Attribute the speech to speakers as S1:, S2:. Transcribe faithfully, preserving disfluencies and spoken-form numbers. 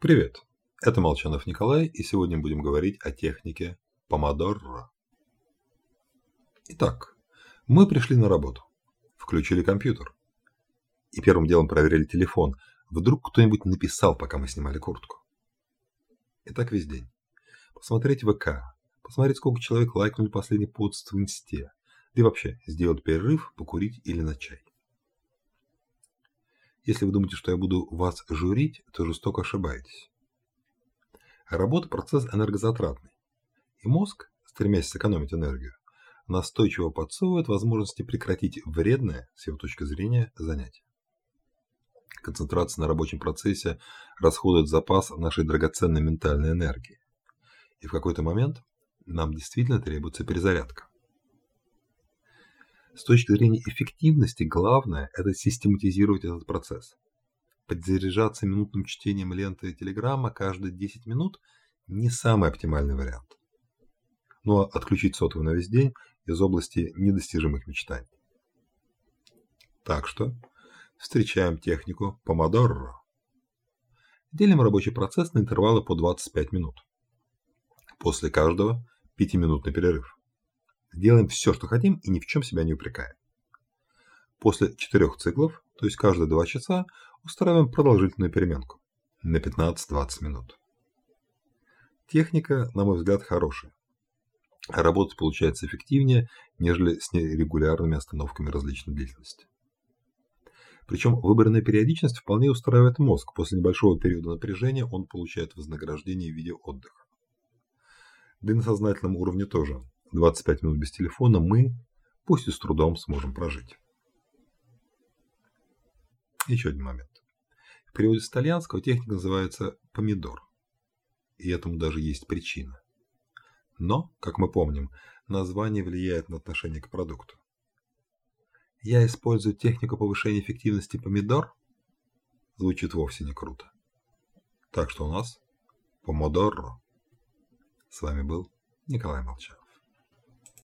S1: Привет, это Молчанов Николай, и сегодня будем говорить о технике помодоро. Итак, мы пришли на работу, включили компьютер и первым делом проверили телефон. Вдруг кто-нибудь написал, пока мы снимали куртку. И так весь день. Посмотреть ВК, посмотреть, сколько человек лайкнули последний пост в инсте, да и вообще сделать перерыв, покурить или на чай. Если вы думаете, что я буду вас журить, то жестоко ошибаетесь. Работа – процесс энергозатратный, и мозг, стремясь сэкономить энергию, настойчиво подсовывает возможности прекратить вредное, с его точки зрения, занятие. Концентрация на рабочем процессе расходует запас нашей драгоценной ментальной энергии, и в какой-то момент нам действительно требуется перезарядка. С точки зрения эффективности главное – это систематизировать этот процесс. Подзаряжаться минутным чтением ленты Телеграма каждые десять минут – не самый оптимальный вариант. Ну а отключить сотовый на весь день из области недостижимых мечтаний. Так что встречаем технику помодоро. Делим рабочий процесс на интервалы по двадцать пять минут. После каждого пятиминутный перерыв. Делаем все, что хотим, и ни в чем себя не упрекаем. После четырех циклов, то есть каждые два часа, устраиваем продолжительную переменку на пятнадцать-двадцать минут. Техника, на мой взгляд, хорошая. Работать получается эффективнее, нежели с нерегулярными остановками различной длительности. Причем выбранная периодичность вполне устраивает мозг. После небольшого периода напряжения он получает вознаграждение в виде отдыха. Да и на сознательном уровне тоже. двадцать пять минут без телефона мы, пусть и с трудом, сможем прожить. Еще один момент. В переводе с итальянского техника называется помидор. И этому даже есть причина. Но, как мы помним, название влияет на отношение к продукту. Я использую технику повышения эффективности помидор. Звучит вовсе не круто. Так что у нас помодоро. С вами был Николай Молчанов.